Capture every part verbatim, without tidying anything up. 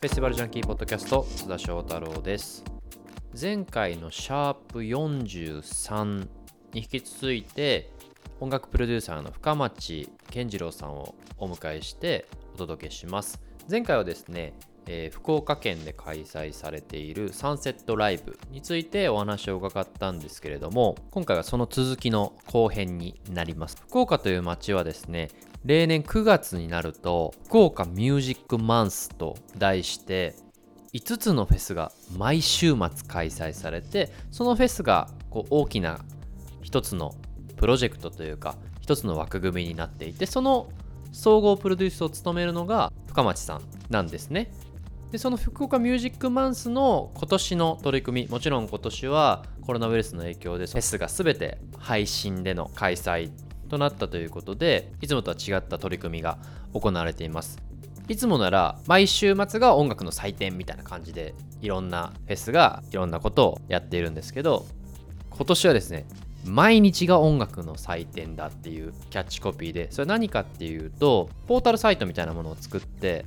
フェスティバルジャンキーポッドキャスト津田翔太郎です。前回のシャープよんじゅうさんに引き続いて音楽プロデューサーの深町健次郎さんをお迎えしてお届けします。前回はですね、えー、福岡県で開催されているサンセットライブについてお話を伺ったんですけれども、今回はその続きの後編になります。福岡という街はですね、例年くがつになると福岡ミュージックマンスと題していつつのフェスが毎週末開催されて、そのフェスがこう大きな一つのプロジェクトというか一つの枠組みになっていて、その総合プロデュースを務めるのが深町さんなんですね。でその福岡ミュージックマンスの今年の取り組み、もちろん今年はコロナウイルスの影響でフェスが全て配信での開催となったということで、いつもとは違った取り組みが行われています。いつもなら毎週末が音楽の祭典みたいな感じでいろんなフェスがいろんなことをやっているんですけど、今年はですね、毎日が音楽の祭典だっていうキャッチコピーで、それ何かっていうと、ポータルサイトみたいなものを作って、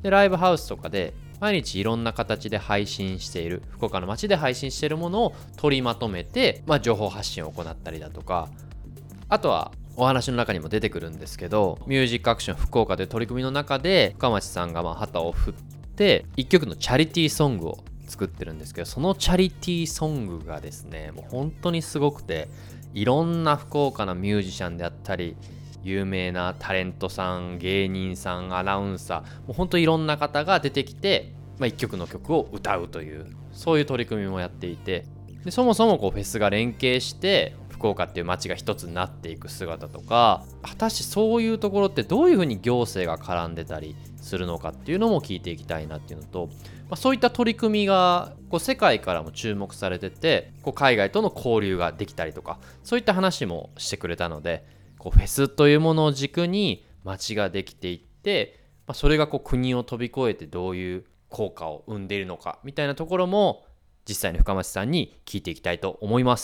でライブハウスとかで毎日いろんな形で配信している、福岡の街で配信しているものを取りまとめて、まあ、情報発信を行ったりだとか、あとはお話の中にも出てくるんですけど、ミュージックアクション福岡という取り組みの中で深町さんがまあ旗を振っていっきょくのチャリティーソングを作ってるんですけど、そのチャリティーソングがですね、もう本当にすごくて、いろんな福岡のミュージシャンであったり有名なタレントさん、芸人さん、アナウンサー、もう本当いろんな方が出てきて、まあ、いっきょくの曲を歌うという、そういう取り組みもやっていて、でそもそもこうフェスが連携して福岡っていう街が一つになっていく姿とか、果たしてそういうところってどういうふうに行政が絡んでたりするのかっていうのも聞いていきたいなっていうのと、まあ、そういった取り組みがこう世界からも注目されてて、こう海外との交流ができたりとか、そういった話もしてくれたので、こうフェスというものを軸に街ができていって、まあ、それがこう国を飛び越えてどういう効果を生んでいるのかみたいなところも実際に深町さんに聞いていきたいと思います。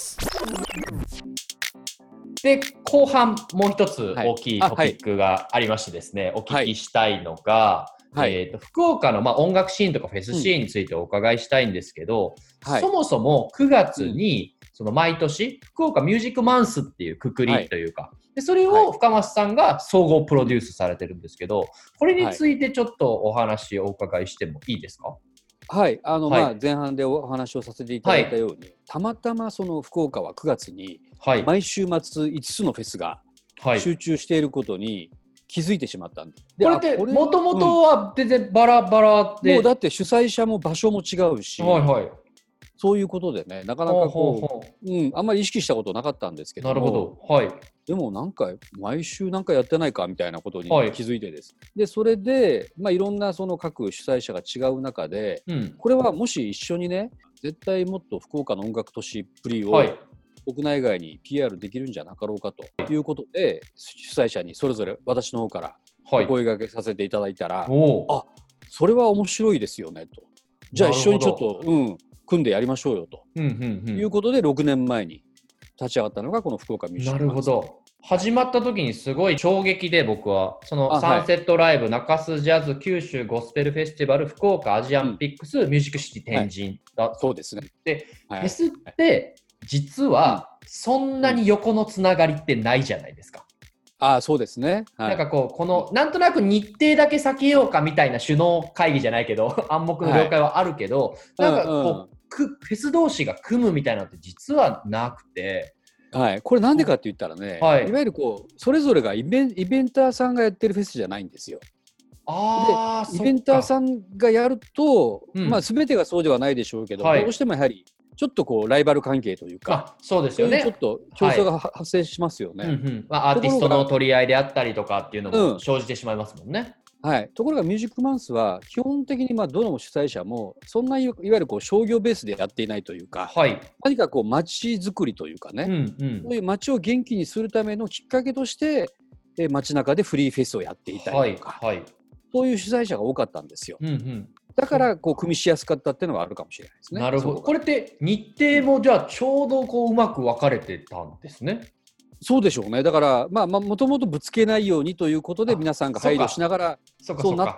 で後半もう一つ大きいトピックがありましてですね、はい、お聞きしたいのが、はい、えー、と福岡のまあ音楽シーンとかフェスシーンについてお伺いしたいんですけど、うん、そもそもくがつにその毎年福岡ミュージックマンスっていうくくりというか、はい、でそれを深町さんが総合プロデュースされてるんですけど、これについてちょっとお話をお伺いしてもいいですか？ はい、あの、はい、まあ、前半でお話をさせていただいたように、はい、たまたまその福岡はくがつに毎週末いつつのフェスが集中していることに気づいてしまったんで、 これってもともとは全然バラバラで、 うん、もうだって主催者も場所も違うし、はいはい、そういうことでね、なかなかこう、うん、あんまり意識したことなかったんですけども、 なるほど、はい、 でもなんか毎週なんかやってないかみたいなことに気づいてです、はい、でそれで、まあ、いろんなその各主催者が違う中で、うん、これはもし一緒にね、絶対もっと福岡の音楽都市っぷりを、はい、国内外に ピーアール できるんじゃなかろうかということで、主催者にそれぞれ私の方からお声掛けさせていただいたら、はい、あ、それは面白いですよねと、じゃあ一緒にちょっと、うん、組んでやりましょうよと、うんうんうん、いうことでろくねんまえに立ち上がったのがこの福岡ミュージックマンス。 なるほど。始まった時にすごい衝撃で、僕はそのサンセットライブ、はい、中洲ジャズ九州ゴスペルフェスティバル福岡アジアンピックス、うん、ミュージックシティ天神だ、はい、 そうですね。 で、はい、フェスって実はそんなに横のつながりってないじゃないですか。 うん、ああ、そうですね。 はい、なんかこうこのなんとなく日程だけ避けようかみたいな首脳会議じゃないけど暗黙の了解はあるけど、はい、なんかこう、うんうん、フェス同士が組むみたいなのって実はなくて。 はい、これなんでかって言ったらね、はい、いわゆるこうそれぞれがイベン、イベンターさんがやってるフェスじゃないんですよ。 あでイベンターさんがやると、うん、まあ、全てがそうではないでしょうけど、はい、どうしてもやはりちょっとこうライバル関係というか、 そうですよね、 そういうちょっと競争が、はい、発生しますよね。 うんうん、まあ、アーティストの取り合いであったりとかっていうのも生じてしまいますもんね。 うん、はい、ところがミュージックマンスは基本的にまあどの主催者もそんないわゆるこう商業ベースでやっていないというか、はい、何かこう街づくりというかね、うんうん、そういう街を元気にするためのきっかけとしてえ街中でフリーフェスをやっていたりとか、はいはい、そういう主催者が多かったんですよ。うんうん、だからこう組みしやすかったっていうのがあるかもしれないですね。 なるほど。これって日程もじゃあちょうどこううまく分かれてたんですね。 そうでしょうね。だからまあもともとぶつけないようにということで皆さんが配慮しながらそうなっ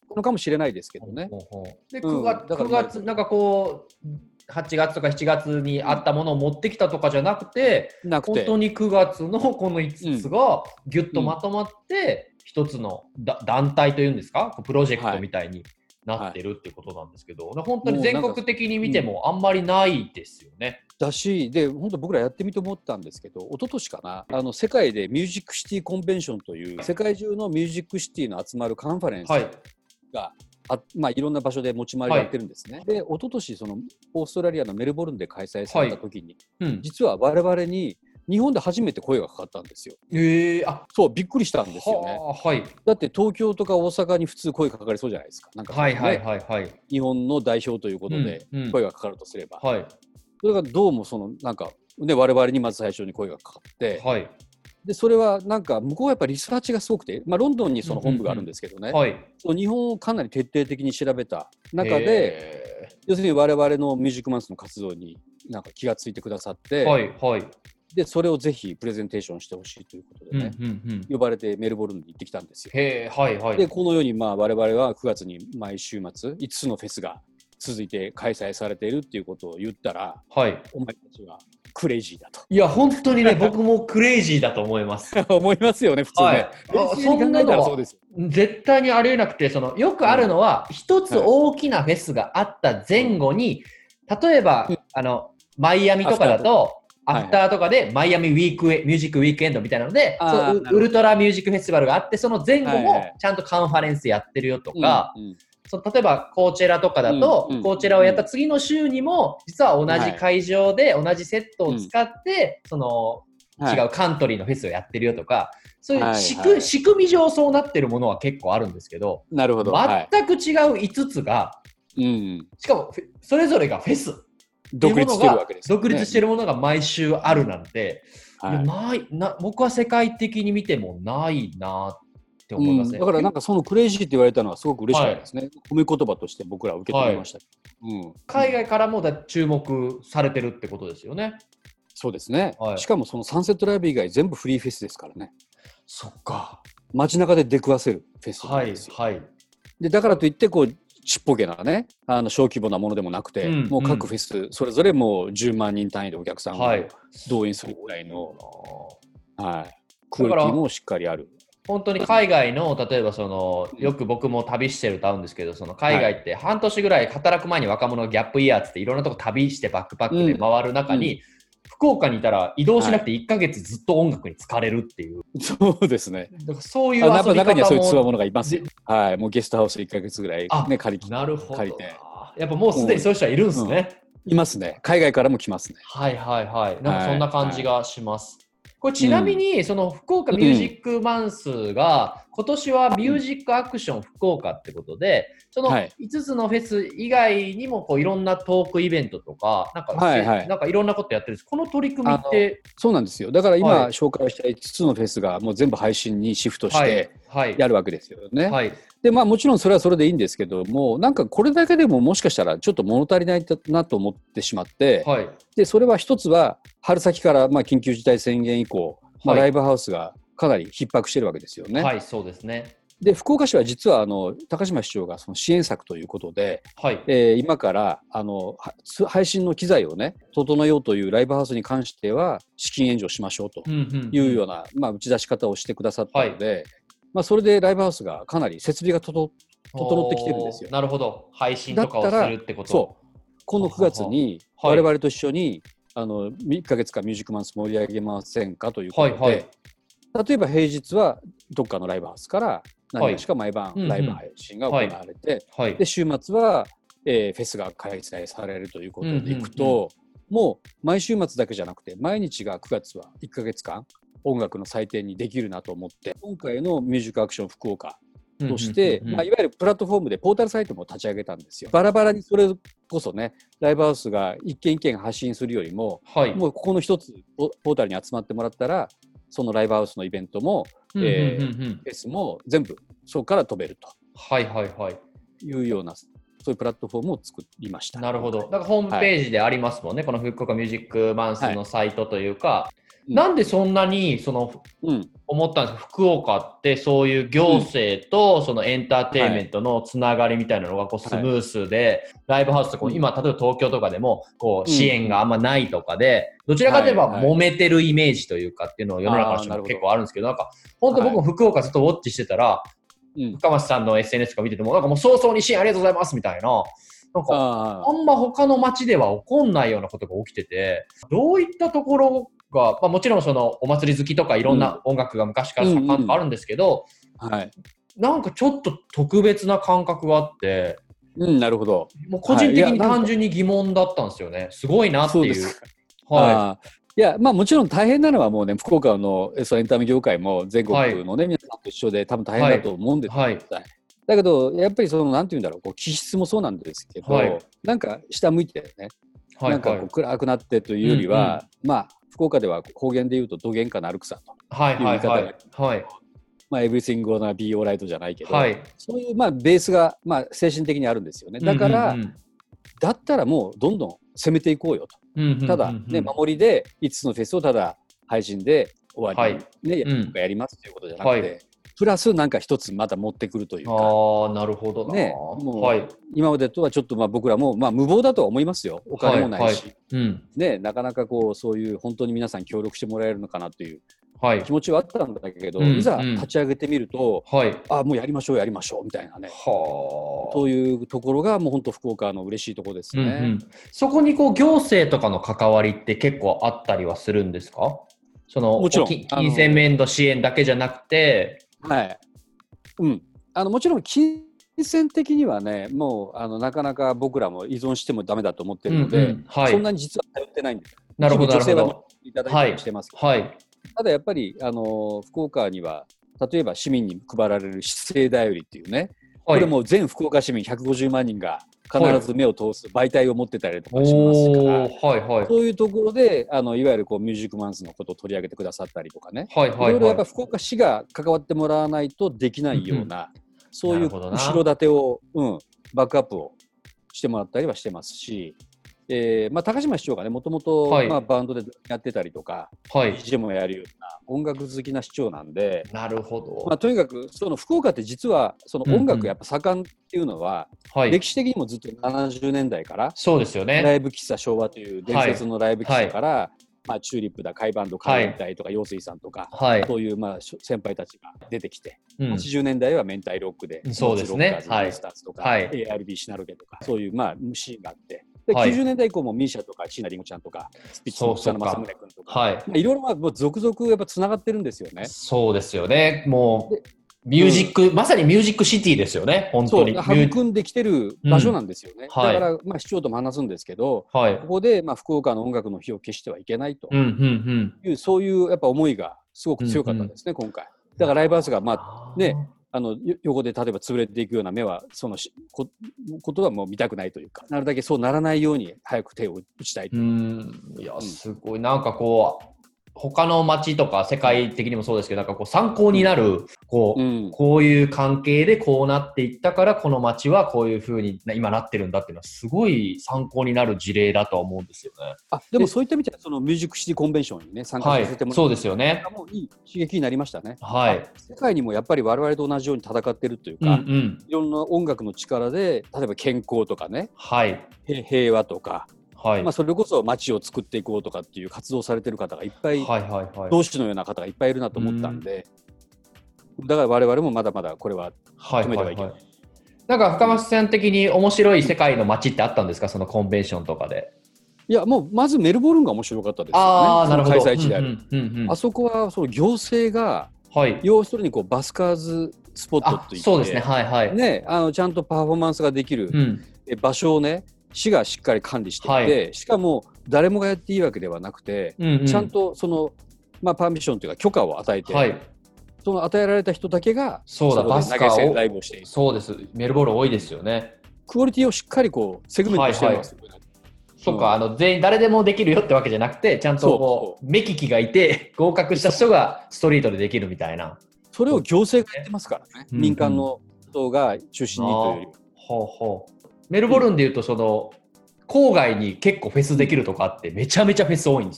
のかもしれないですけどね。 ほうほうほうでくがつ、うん、くがつなんかこうはちがつとかしちがつにあったものを持ってきたとかじゃなくて、うん、なくて本当にくがつのこのいつつがギュッとまとまって一つのだ団体というんですか、プロジェクトみたいになってるってことなんですけど、はい、本当に全国的に見てもあんまりないですよね。 だし、で本当僕らやってみて思ったんですけど、一昨年かな、あの世界でミュージックシティコンベンションという世界中のミュージックシティの集まるカンファレンスが、はいあまあ、いろんな場所で持ち回りやってるんですね。はい、で一昨年そのオーストラリアのメルボルンで開催された時に、はいうん、実は我々に日本で初めて声がかかったんですよ。 えー、あそうびっくりしたんですよね。 はい、 だって東京とか大阪に普通声がかかりそうじゃないですか。なんか、ね、 はいはいはいはい。 日本の代表ということで声がかかるとすれば、 うんうんはい、 それがどうもそのなんか、ね、我々にまず最初に声がかかって、はい、でそれはなんか向こうはやっぱりリサーチがすごくて、まあ、ロンドンにその本部があるんですけどね、うんうんうんはい、その日本をかなり徹底的に調べた中で、要するに我々のミュージックマンスの活動になんか気がついてくださって、はいはい、でそれをぜひプレゼンテーションしてほしいということでね、うんうんうん、呼ばれてメルボルンに行ってきたんですよ。 へー、はいはい、 でこのようにまあ我々はくがつに毎週末いつつのフェスが続いて開催されているっていうことを言ったら、はい、お前たちはクレイジーだと。 いや本当にね僕もクレイジーだと思います思いますよね普通ね、はい、 そんなのは絶対にありえなくて、そのよくあるのは一、うん、つ大きなフェスがあった前後に、はい、例えば、うん、あのマイアミとかだとアフターとかでマイアミウィークミュージックウィークエンドみたいなので、そうウルトラミュージックフェスティバルがあって、その前後もちゃんとカンファレンスやってるよとか、うんうん、その例えばコーチェラとかだと、うんうん、コーチェラをやった次の週にも実は同じ会場で同じセットを使って、はい、その違うカントリーのフェスをやってるよとか、そういう仕組、はいはい、仕組み上そうなってるものは結構あるんですけど、 なるほど、 全く違ういつつが、はい、しかもそれぞれがフェス独立してるわけですね。 独立してるものが毎週あるなんて、はい、ないな僕は世界的に見てもないなって思いますね、 うん、だからなんかそのクレイジーって言われたのはすごく嬉しかったですね、はい、褒め言葉として僕らは受け止めました、はいうん、海外からもだ注目されてるってことですよね。 そうですね、はい、しかもそのサンセットライブ以外全部フリーフェスですからね。 そっか、 街中で出くわせるフェスなんですよ、はいはい、でだからといってこうちっぽけなね、あの小規模なものでもなくて、うん、もう各フェス、うん、それぞれもうじゅうまんにん単位でお客さんを動員するぐらいの、はい、クオリティもしっかりある。 本当に海外の例えばそのよく僕も旅してると会うんですけど、その海外って半年ぐらい働く前に若者ギャップイヤーっていろんなとこ旅してバックパックで回る中に、うんうん、福岡にいたら移動しなくていっかげつずっと音楽に浸かれるっていう、 はい、そうですね。 だからそういう遊び方も中にはそういう強い者がいます。はい、もうゲストハウスいっかげつぐらい、ね、借りてなるほど、 借りて、 やっぱもうすでにそういう人はいるんですね、 うん、いますね。海外からも来ますね。 はいはいはい、なんかそんな感じがします、はいはい。これちなみに、うん、その福岡ミュージックマンスが、うん、今年はミュージックアクション福岡ってことで、そのいつつのフェス以外にもこういろんなトークイベントとかなんか、はいはい、なんかいろんなことやってるんです。この取り組みってそうなんですよ。だから今紹介したいつつのフェスがもう全部配信にシフトしてやるわけですよね、はいはい、でまあもちろんそれはそれでいいんですけども、なんかこれだけでももしかしたらちょっと物足りないなと思ってしまって、はい、でそれは一つは春先からまあ緊急事態宣言以降、まあ、ライブハウスがかなり逼迫してるわけですよね。 はい、そうですね。 で福岡市は実はあの高島市長がその支援策ということで、はいえー、今からあの配信の機材をね整えようというライブハウスに関しては資金援助しましょうというような、うんうんうんまあ、打ち出し方をしてくださったので、はいまあ、それでライブハウスがかなり設備が整ってきてるんですよ。 なるほど、配信とかをするってこと。 そうこのくがつに我々と一緒に、はい、あのいっかげつかミュージックマンス盛り上げませんかということで、はいはい、例えば平日はどっかのライブハウスから何かしか毎晩ライブ配信が行われて、はいうんうん、で週末は、えー、フェスが開催されるということでいくと、うんうんうん、もう毎週末だけじゃなくて毎日がくがつはいっかげつかん音楽の祭典にできるなと思って、今回のミュージックアクション福岡として、うんうんうんうんまあ、いわゆるプラットフォームでポータルサイトも立ち上げたんですよ。バラバラにそれこそねライブハウスが一件一件発信するよりも、はい、もうここの一つポータルに集まってもらったらそのライブハウスのイベントも、うんうんうんうんえー、フェスも全部そこから飛べると、 はいはいはい、 いうようなそういうプラットフォームを作りました。 なるほど。だからホームページでありますもんね、はい、この福岡ミュージックマンスのサイトというか、はい、 なんでそんなにその、うん、思ったんですか？福岡ってそういう行政とそのエンターテインメントのつながりみたいなのがこうスムースで、はい、ライブハウスってこう今例えば東京とかでもこう支援があんまないとかで、どちらかといえば揉めてるイメージというかっていうのを世の中の人も結構あるんですけど、なんか本当僕も福岡ずっとウォッチしてたら、はい、深町さんの エスエヌエス とか見ててもなんかもう早々に支援ありがとうございますみたいな。なんかあんま他の街では起こんないようなことが起きてて、どういったところが、まあ、もちろんそのお祭り好きとかいろんな音楽が昔から盛んとかあるんですけど、うんうんはい、なんかちょっと特別な感覚があって、 うん、なるほど。 もう個人的に単純に疑問だったんですよね。すごいなっていう。そうです。 はい。いや、まあもちろん大変なのはもうね、福岡のエンタメ業界も全国のね、はい、皆さんと一緒で多分大変だと思うんですけど、はいはいだけど、やっぱりその、なんていうんだろう、こう気質もそうなんですけど、はい、なんか下向いてね、はい、なんかこう暗くなってというよりは、はいはい、まあ、福岡では方言で言うと、どげんかなるくさという言い方が、はいはいはい、まあ、everything gonna be alright じゃないけど、はい、そういう、まあ、ベースが、まあ、精神的にあるんですよね。だから、うんうんうん、だったらもう、どんどん攻めていこうよと。うんうんうんうん、ただ、ね、守りでいつつのフェスをただ配信で終わりに、ね、はい、やりますということじゃなくて、はいプラスなんか一つまた持ってくるというか。 ああ、なるほどな。 ね、もう、はい、今までとはちょっとまあ僕らもまあ無謀だとは思いますよ。お金もないし、はいはいうん、ね、なかなかこうそういう本当に皆さん協力してもらえるのかなという気持ちはあったんだけど、はい、いざ立ち上げてみると、うんうん、あもうやりましょうやりましょうみたいなね。はというところがもう本当福岡の嬉しいところですね。うんうん、 そこにこう行政とかの関わりって結構あったりはするんですか？そのもちろん金銭面の支援だけじゃなくて。 はい、うん、あのもちろん金銭的にはねもうあのなかなか僕らも依存してもダメだと思ってるので、うんうんはい、そんなに実は頼ってないんです。 なるほど女性はいただいたりしてますけど、 はいはい、 ただやっぱりあの福岡には例えば市民に配られる市政だよりっていうね、はい、これも全福岡市民ひゃくごじゅうまんにんが必ず目を通す媒体を持ってたりとかしますから、はいはい、そういうところであのいわゆるこうミュージックマンスのことを取り上げてくださったりとかね、はいはいはい、いろいろやっぱ福岡市が関わってもらわないとできないような、うん、そういう後ろ盾を、うん、バックアップをしてもらったりはしてますし、えーまあ、高島市長がねもともとバンドでやってたりとか、はい、ディージェー もやるような音楽好きな市長なんで、 なるほど、 まあ、とにかくその福岡って実はその音楽やっぱ盛んっていうのは、うんうん、歴史的にもずっとななじゅうねんだいから、 そうですよね、 ライブ喫茶昭和という伝説のライブ喫茶から、はいはいまあ、チューリップだカイバンドカイエン隊とか陽水さんとか、はい、そういうまあ先輩たちが出てきて、うん、はちじゅうねんだいは明太ロックでそうですね、 ロッカーズ、スターズとか、はい、エーアールビー シナロゲとかそういうまあシーンがあってで、はい、きゅうじゅうねんだい以降もミーシャとか椎名林檎ちゃんとかスピッツの草野正宗君とか、はいまあ、いろいろまあもう続々やっぱつながってるんですよね。 そうですよね。もうミュージック、うん、まさにミュージックシティですよね。本当にそう育んできてる場所なんですよね、うんはい、だからまあ市長とも話すんですけど、はい、ここでまあ福岡の音楽の火を消してはいけないという、うんうんうん、そういうやっぱ思いがすごく強かったんですね、うんうん、今回だからライブハウスがまあねあの横で例えば潰れていくような目はそのこことはもう見たくないというか、なるだけそうならないように早く手を打ちたいという。 うんいやすごい、なんかこう他の街とか世界的にもそうですけど、なんかこう参考になるこう、うん、こういう関係でこうなっていったからこの街はこういう風に今なってるんだっていうのはすごい参考になる事例だとは思うんですよね。 あでもそういった意味ではそのミュージックシティコンベンションにね参加させてもらって、 はい、そうですよね。 もういい刺激になりましたね。 はい。 世界にもやっぱり我々と同じように戦ってるというか、うんうん、いろんな音楽の力で例えば健康とかね、はい、平和とか。はいまあ、それこそ街を作っていこうとかっていう活動されてる方がいっぱい、はいはいはい、同志のような方がいっぱいいるなと思ったんで、んだから我々もまだまだこれは止めてはいけない。はいはいはい、 なんか深町さん的に面白い世界の街ってあったんですか、そのコンベンションとかで。 いやもうまずメルボルンが面白かったですよね。 あなるほど、 開催地である、うんうんうん、あそこはその行政が、はい、要するにこうバスカーズスポットといって、 そうですね、はいはいね、あのちゃんとパフォーマンスができる、うん、場所をね市がしっかり管理していて、はい、しかも誰もがやっていいわけではなくて、うんうん、ちゃんとその、まあ、パーミッションというか許可を与えて、はい、その与えられた人だけがそうだバスカーをライブをしている。 そうです、メルボルン多いですよね。 クオリティをしっかりこうセグメントしてるんですよ、はいはい、 そうか、あの全員誰でもできるよってわけじゃなくて、ちゃんとこう目利きがいて合格した人がストリートでできるみたいな。 それを行政がやってますからね、うんうん、民間の人が中心にというよりも。 ほうほう。メルボルンでいうとその郊外に結構フェスできるとかあってめちゃめちゃフェス多いんですよ。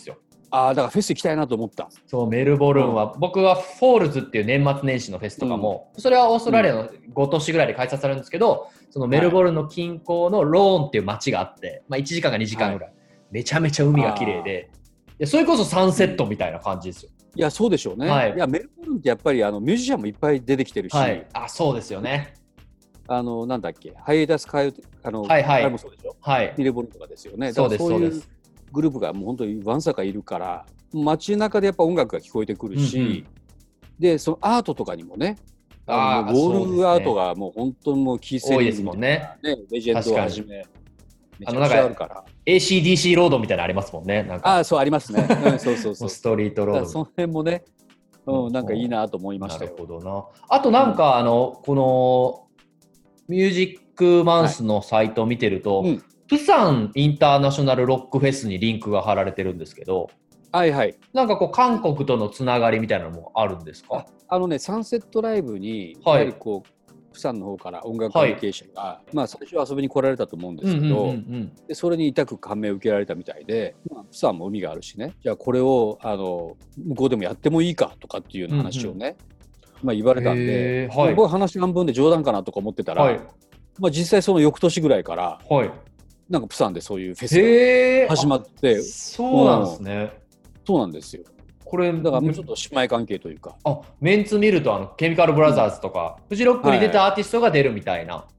ああ、だからフェス行きたいなと思った。 そう、メルボルンは、うん、僕はフォールズっていう年末年始のフェスとかも、うん、それはオーストラリアのご都市ぐらいで開催されるんですけど、そのメルボルンの近郊のローンっていう街があって、まあ、いちじかんかにじかんぐらい、はい、めちゃめちゃ海が綺麗で、いやそれこそサンセットみたいな感じですよ。 うん、いやそうでしょうね。はい、いやメルボルンってやっぱりあのミュージシャンもいっぱい出てきてるし、はい、 あそうですよね。 あのなんだっけハイエダスカイあの、 はいはい、 あれもそうでしょ、はい、メルボルンとかですよね。 そうですそうです。 グループがもう本当にわんさかいるから街中でやっぱ音楽が聞こえてくるし、うんうん、でそのアートとかにもね、あのウォールアートがもう本当にもうキーセリングみたいな、ね、ね、レジェンドをはじめめちゃくちゃあるから、 エーシーディーシー ロードみたいなのありますもんね。なんかあそうありますね、うん、そうそうそうストリートロード、 その辺もね、うん、なんかいいなと思いましたよ。 なるほどな。あとなんか、うん、あのこのミュージックマンスのサイトを見てると、はい、うん、プサンインターナショナルロックフェスにリンクが貼られてるんですけど、 はいはい、 なんかこう韓国とのつながりみたいなのもあるんですか？ あ、あのねサンセットライブにやはりこう、はい、プサンの方から音楽関係者が、はい、まあ最初は遊びに来られたと思うんですけど、うんうんうんうん、でそれに痛く感銘を受けられたみたいで、まあ、プサンも海があるしね、じゃあこれをあの向こうでもやってもいいかとかっていうような話をね、うんうん、まあ、言われたんで、はい、僕は話半分で冗談かなとか思ってたら、はい、まあ、実際その翌年ぐらいから、はい、なんかプサンでそういうフェスが始まって、 そうなんですね、うん、 そうなんですよ。これだからもうちょっと姉妹関係というか、 あメンツ見るとあのケミカルブラザーズとか、うん、フジロックに出たアーティストが出るみたいな、はい、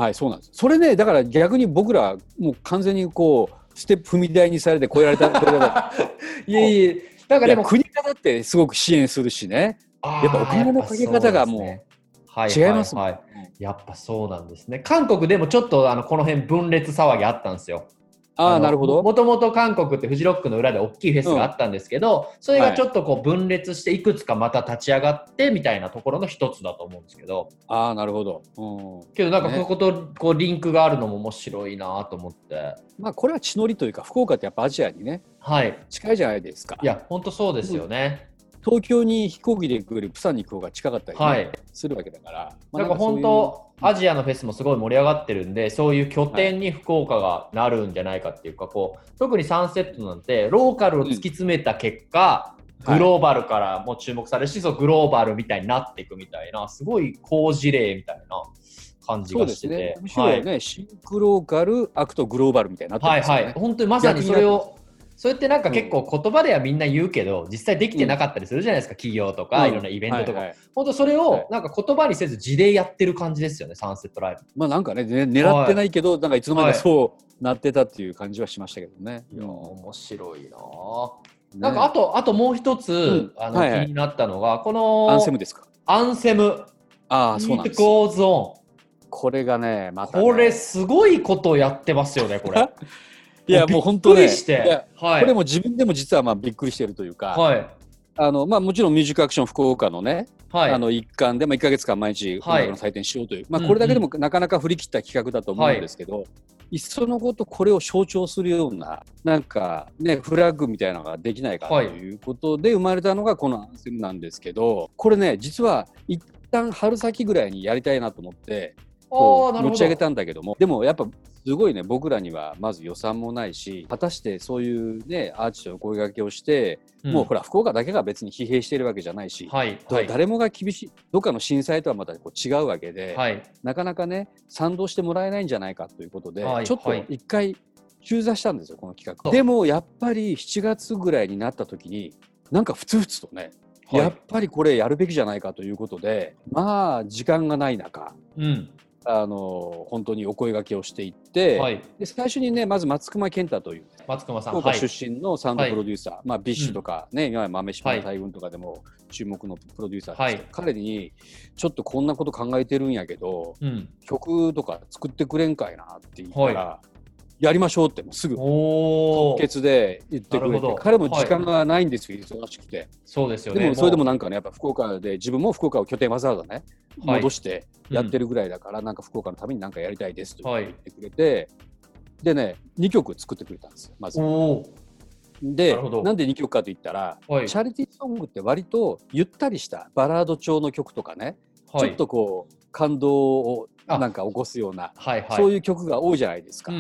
はい、そうなんです。それねだから逆に僕らもう完全にこうステップ踏み台にされて超えられたいえいえ、だからでも国からってすごく支援するしね、やっぱお金のかけ方がもう違いますもん、はいはいはい、 やっぱそうなんですね。韓国でもちょっとあのこの辺分裂騒ぎあったんですよ。 ああ、なるほど。 もともと韓国ってフジロックの裏で大きいフェスがあったんですけど、うん、それがちょっとこう分裂していくつかまた立ち上がってみたいなところの一つだと思うんですけど。 ああ、なるほど、 うん、けどなんかこことこうリンクがあるのも面白いなと思って、ね、 まあこれは地の利というか福岡ってやっぱアジアにね、はい、近いじゃないですか。 いや本当そうですよね。 東京に飛行機で行くよりプサンに行く方が近かったり、ね、はい、するわけだから、 まあ、なんか本当アジアのフェスもすごい盛り上がってるんで、そういう拠点に福岡がなるんじゃないかっていうか、こう特にサンセットなんてローカルを突き詰めた結果、うん、グローバルからも注目されるし、そうグローバルみたいになっていくみたいな、すごい好事例みたいな感じがしてて、そうですね、 むしろね、はい、シンクローカルアクトグローバルみたいになってますよね。はいはい、 本当にまさにそれをそれってなんか結構言葉ではみんな言うけど、うん、実際できてなかったりするじゃないですか、企業とか、うん、いろんなイベントとか、はいはい、本当それをなんか言葉にせず地でやってる感じですよね、サンセットライブ。 まあなんかね、狙ってないけど、はい、なんかいつの間にかそうなってたっていう感じはしましたけどね。 いや面白いな、ね、なんかあとあともう一つ、うん、あの、はいはい、気になったのがこのアンセムですか。 アンセム、 ああそうなんです。 It Goes On、 これがねまたねこれすごいことやってますよねこれいやもう本当ね、 して、 はい、これも自分でも実はまあびっくりしてるというか、はい、あのまあ、もちろんミュージックアクション福岡のね、はい、あの一環で、まあ、いっかげつかん毎日音楽の祭典しようという、はい、まあ、これだけでもなかなか振り切った企画だと思うんですけど、うんうん、いっそのことこれを象徴するようななんかねフラッグみたいなのができないかということで生まれたのがこのアンセムなんですけど、これね実は一旦春先ぐらいにやりたいなと思ってこう持ち上げたんだけども、でもやっぱすごいね僕らにはまず予算もないし、果たしてそういうねアーティストの声掛けをして、うん、もうほら福岡だけが別に疲弊しているわけじゃないし、はいはい、誰もが厳しいどっかの震災とはまたこう違うわけで、はい、なかなかね賛同してもらえないんじゃないかということで、はい、ちょっと一回中座したんですよこの企画。でもやっぱりしちがつぐらいになった時になんかふつふつとね、はい、やっぱりこれやるべきじゃないかということで、まあ時間がない中、うん、あの本当にお声掛けをしていって、はい、で最初にねまず松隈健太という、ね、 松隈さん福岡出身のサウンドプロデューサー、はい、まあ、ビッシュとかね、うん、今豆島の大群とかでも注目のプロデューサーですけど、はい、彼にちょっとこんなこと考えてるんやけど、うん、曲とか作ってくれんかいなって言ったら、はい、やりましょうってもうすぐ即決で言ってくれて、彼も時間がないんですよ、はい、忙しくて。 そうですよね。 でもそれでもなんかねやっぱ福岡で自分も福岡を拠点わざわざね戻してやってるぐらいだから、はい、なんか福岡のために何かやりたいですと言ってくれて、はい、でねにきょく作ってくれたんですよまず。で な, なんでにきょくかといったら、はい、チャリティーソングって割とゆったりしたバラード調の曲とかね、はい、ちょっとこう感動をなんか起こすような、はいはい、そういう曲が多いじゃないですか、うん、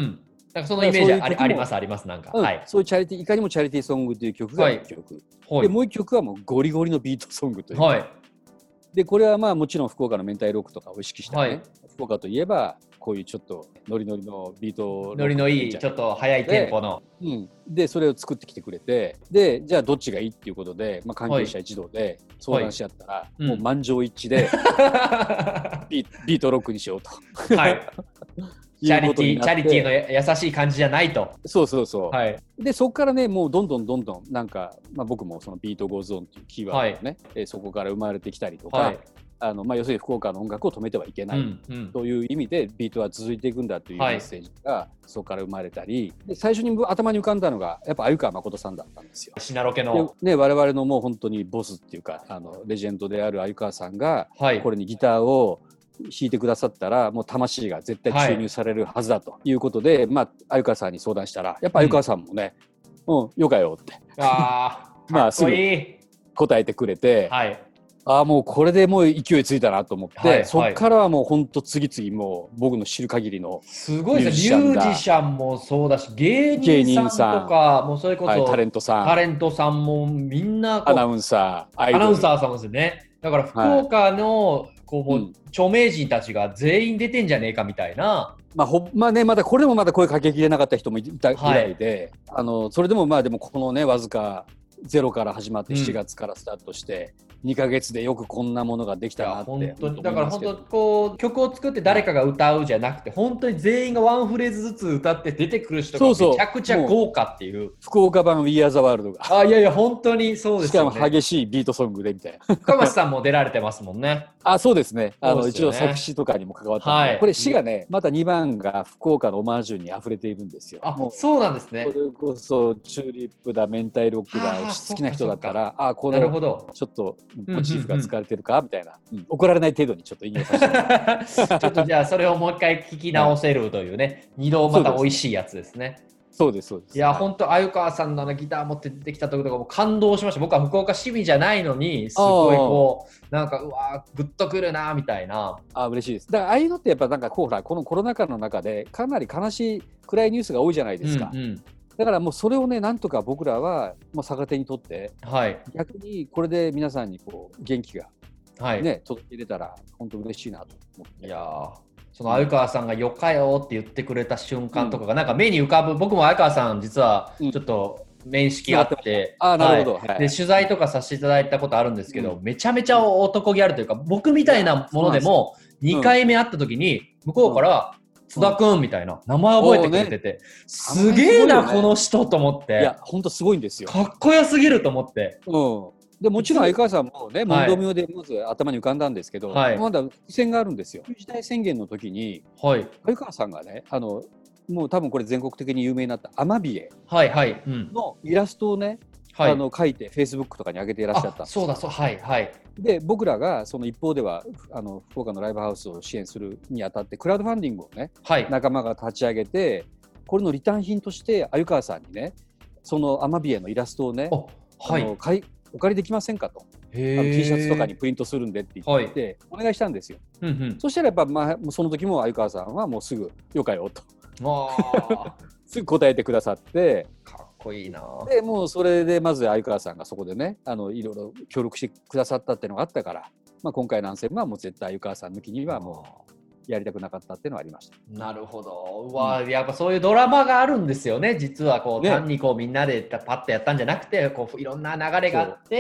なんかそのイメージ あ, ありますありますなんか、 うん、 はい、 そういうチャリティーいかにもチャリティーソングという曲がいっきょく、はい、でもういっきょくはもうゴリゴリのビートソングというか、はい、でこれはまあもちろん福岡の明太ロックとかを意識したね、はい、福岡といえばこういうちょっとノリノリのビートノリのいいちょっと速いテンポの、 うん、でそれを作ってきてくれて、でじゃあどっちがいいっていうことで、まあ、関係者一同で相談し合ったら、はい、もう満場一致で、うん、ビ, ビートロックにしようと、はいチャリティー、チャリティーの優しい感じじゃないと。 そうそうそう。はい、で、そこからね、もうどんどんどんどん、なんか、まあ、僕もそのビートゴーズオンっていうキーワードをね、はい、そこから生まれてきたりとか、はい、あのまあ、要するに福岡の音楽を止めてはいけない、うんうん、という意味でビートは続いていくんだというメッセージがそこから生まれたり、で最初に頭に浮かんだのがやっぱ鮎川誠さんだったんですよ。 シナロケの、 ね、我々のもう本当にボスっていうかあのレジェンドである鮎川さんが、はい、これにギターを弾いてくださったらもう魂が絶対注入されるはずだということで、はい、まあ鮎川さんに相談したらやっぱ鮎川さんもね、うん、うん、よかよってあまあすぐ答えてくれて、はい、ああもうこれでもう勢いついたなと思って、はい、そっからはもうほんと次々もう僕の知る限りのすごいですね。ミュージシャンもそうだし芸人さんとかもうそれこそ、はい、 タレントさんタレントさんもみんなアナウンサーアイドルアナウンサーさんですよね。だから福岡の、はいこうもう著名人たちが全員出てんじゃねえかみたいな、 うん、まあほまあねまだこれでもまだ声かけきれなかった人もいたぐらいで、はい、あのそれでもまあでもこのねわずかゼロから始まってしちがつからスタートして、うん、にかげつでよくこんなものができたなって本当にだから本当こう曲を作って誰かが歌うじゃなくて本当に全員がワンフレーズずつ歌って出てくる人がめちゃくちゃ豪華っていう、そうそう福岡版 We Are the World があいやいや本当にそうですよね。 しかも激しいビートソングでみたいな深町さんも出られてますもんね。 あそうですねあの、ね、一応作詞とかにも関わったので、はい、これ詩がねまたにばんが福岡のオマージュに溢れているんですよ。 あそうなんですね。 それこそチューリップだ明太ロックだ好きな人だったらあこのちょっとモチーフが使われてるか、うんうんうん、みたいな、うん、怒られない程度にちょっと引用させてちょっとじゃあそれをもう一回聞き直せるというね、はい、二度また美味しいやつですね。 そうですそうです。 いや本当鮎川さんのギター持って出てきた時とかも感動しました。僕は福岡市民じゃないのにすごいこうなんかうわーグッとくるなみたいな。 あ嬉しいです。だからああいうのってやっぱなんかこうほらこのコロナ禍の中でかなり悲しい暗いニュースが多いじゃないですか、うんうん、だからもうそれをねなんとか僕らはもう逆手にとって、はい、逆にこれで皆さんにこう元気が、はいね、届けれたら本当嬉しいなと思って。 いやーその鮎川さんがよかよって言ってくれた瞬間とかがなんか目に浮かぶ、僕も鮎川さん実はちょっと面識あって、 うん、あなるほど、 はいはい、で取材とかさせていただいたことあるんですけど、うん、めちゃめちゃ男気あるというか僕みたいなものでもにかいめ会った時に向こうから津田くんみたいな名前覚えてくれてて、ね、すげえな、ね、この人と思って。 いや本当すごいんですよ。 かっこよすぎると思って、 うんでもちろん鮎川さんもね問答無用でまず頭に浮かんだんですけど、はい、まだ付箋があるんですよ。時代宣言の時に鮎川さんがねあのもう多分これ全国的に有名になったアマビエのイラストをね、はい、あの描いてフェイスブックとかに上げていらっしゃったんです。 そうだそうはいはいで僕らがその一方ではあの福岡のライブハウスを支援するにあたってクラウドファンディングをね、はい、仲間が立ち上げてこれのリターン品として鮎川さんにねそのアマビエのイラストをねはい、あの買いお借りできませんかと。T シャツとかにプリントするんでって言って、はい、お願いしたんですよ、うんうん、そしたらやっぱ、まあ、その時も鮎川さんはもうすぐよかよとすぐ答えてくださってかっこいいな。 でもうそれでまず鮎川さんがそこでねあのいろいろ協力してくださったっていうのがあったから、まあ、今回のアンセムはもう絶対鮎川さん抜きにはもうやりたくなかったっていうのはありました。 なるほど。うわ、うん、やっぱそういうドラマがあるんですよね。実はこう、ね、単にこうみんなでパッとやったんじゃなくてこういろんな流れがあって、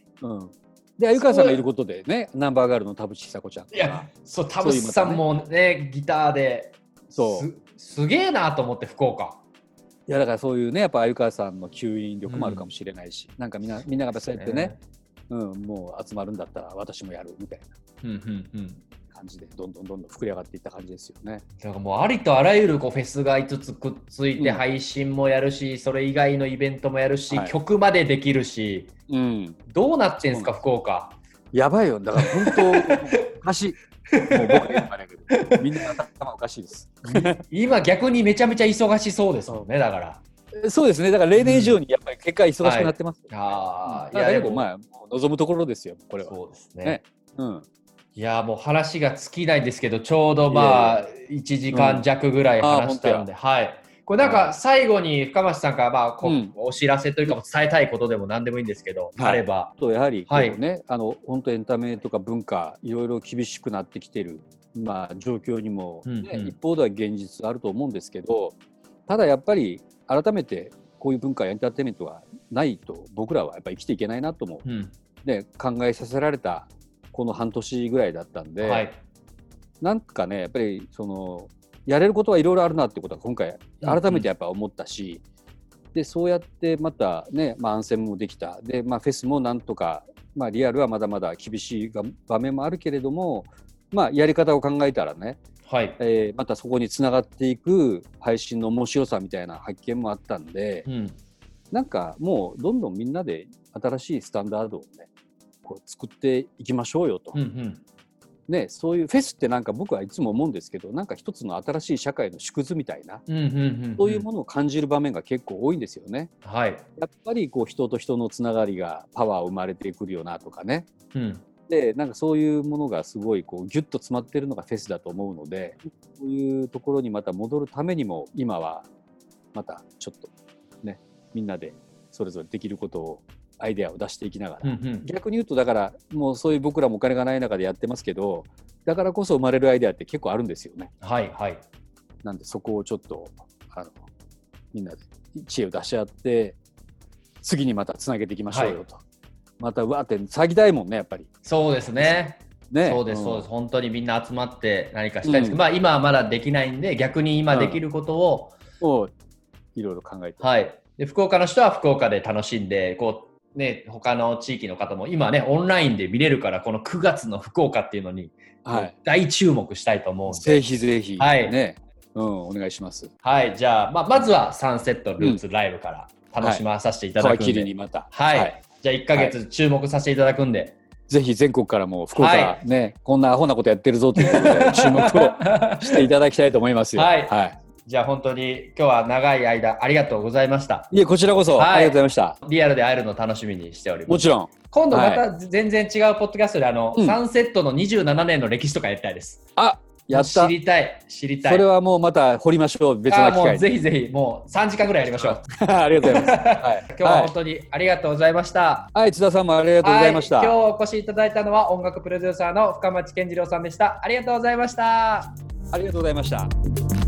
う、うん、 で鮎川さんがいることでねナンバーガールの田淵久子ちゃんとか、 いやそう田淵さんもねギターでそうす、すげえなと思って福岡。 いやだからそういうねやっぱ鮎川さんの吸引力もあるかもしれないし、うん、なんかみんなみんながそうやってね、うん、もう集まるんだったら私もやるみたいな。うんうんうん感じでどんどんどんどん膨れ上がっていった感じですよね。 だからもうありとあらゆるこうフェスがいつつくっついて配信もやるし、うん、それ以外のイベントもやるし、はい、曲までできるし、うん、どうなってんすか福岡。 やばいよだから本当おかしいもう僕言うのあれだけどみんな頭おかしいです今逆にめちゃめちゃ忙しそうですもんね。だからそうですねだから例年以上にやっぱり結果忙しくなってます、 うんはい、ああ、うん、いやでもまあ望むところですよこれは。 そうですね、ねうんいやもう話が尽きないんですけどちょうどまあいちじかん弱ぐらい話したんで、うん、はいこれなんか最後に深町さんからまあこう、うん、お知らせというか伝えたいことでも何でもいいんですけど、はい、あれば。 とやはりこうね、はい、あの本当エンタメとか文化いろいろ厳しくなってきてる、まあ、状況にも、ね、うんうん、一方では現実あると思うんですけど、ただやっぱり改めてこういう文化やエンターテインメントがないと僕らはやっぱり生きていけないなとも、うん、ね、考えさせられたこの半年ぐらいだったんで、はい、なんかねやっぱりそのやれることはいろいろあるなってことは今回改めてやっぱ思ったし、うんうん、でそうやってまたね、まあ、アンセムもできたで、まあ、フェスもなんとか、まあ、リアルはまだまだ厳しい場面もあるけれども、まあ、やり方を考えたらね、はい、えー、またそこにつながっていく配信の面白さみたいな発見もあったんで、うん、なんかもうどんどんみんなで新しいスタンダードをねこう作っていきましょうよと、うんうん、ね、そういうフェスってなんか僕はいつも思うんですけど、なんか一つの新しい社会の縮図みたいな、うんうんうんうん、そういうものを感じる場面が結構多いんですよね、はい、やっぱりこう人と人のつながりがパワーを生まれてくるよなとかね、うん、でなんかそういうものがすごいこうギュッと詰まってるのがフェスだと思うので、そういうところにまた戻るためにも今はまたちょっとねみんなでそれぞれできることをアイデアを出していきながら、うんうん、逆に言うとだからもうそういう僕らもお金がない中でやってますけど、だからこそ生まれるアイデアって結構あるんですよね。はいはい。なんでそこをちょっとあのみんなで知恵を出し合って次にまたつなげていきましょうよと、はい、またうわーって騒ぎたいもんねやっぱり。そうですね。ね、そうですそうです、うん、本当にみんな集まって何かしたいんですけど、うん、まあ今はまだできないんで逆に今できることを、うん、をいろいろ考えて、はい、で福岡の人は福岡で楽しんでこうね、他の地域の方も今ねオンラインで見れるからこのくがつの福岡っていうのに、はい、大注目したいと思うんでぜひぜひ、はいね、うん、お願いします。はい、じゃあ、まあ、まずはサンセットルーツライブから楽しまさせていただくんで、うん、はい、皮切りにまた、はいはい、じゃあいっかげつ注目させていただくんで、はい、ぜひ全国からも福岡、はい、ねこんなアホなことやってるぞということで注目をしていただきたいと思いますよ。はい、はい、じゃあ本当に今日は長い間ありがとうございました。いえこちらこそ、はい、ありがとうございました。リアルで会えるの楽しみにしております。もちろん今度また全然違うポッドキャストであの、はい、サンセットのにじゅうななねんの歴史とかやりたいです。あ、やった。知りたい知りたい。それはもうまた掘りましょう。別な機会に。もうぜひぜひもうさんじかんぐらいやりましょう。ありがとうございます。はい、今日は本当にありがとうございました。はい、津田さんもありがとうございました。はい、今日お越しいただいたのは音楽プロデューサーの深町健次郎さんでした。ありがとうございました。ありがとうございました。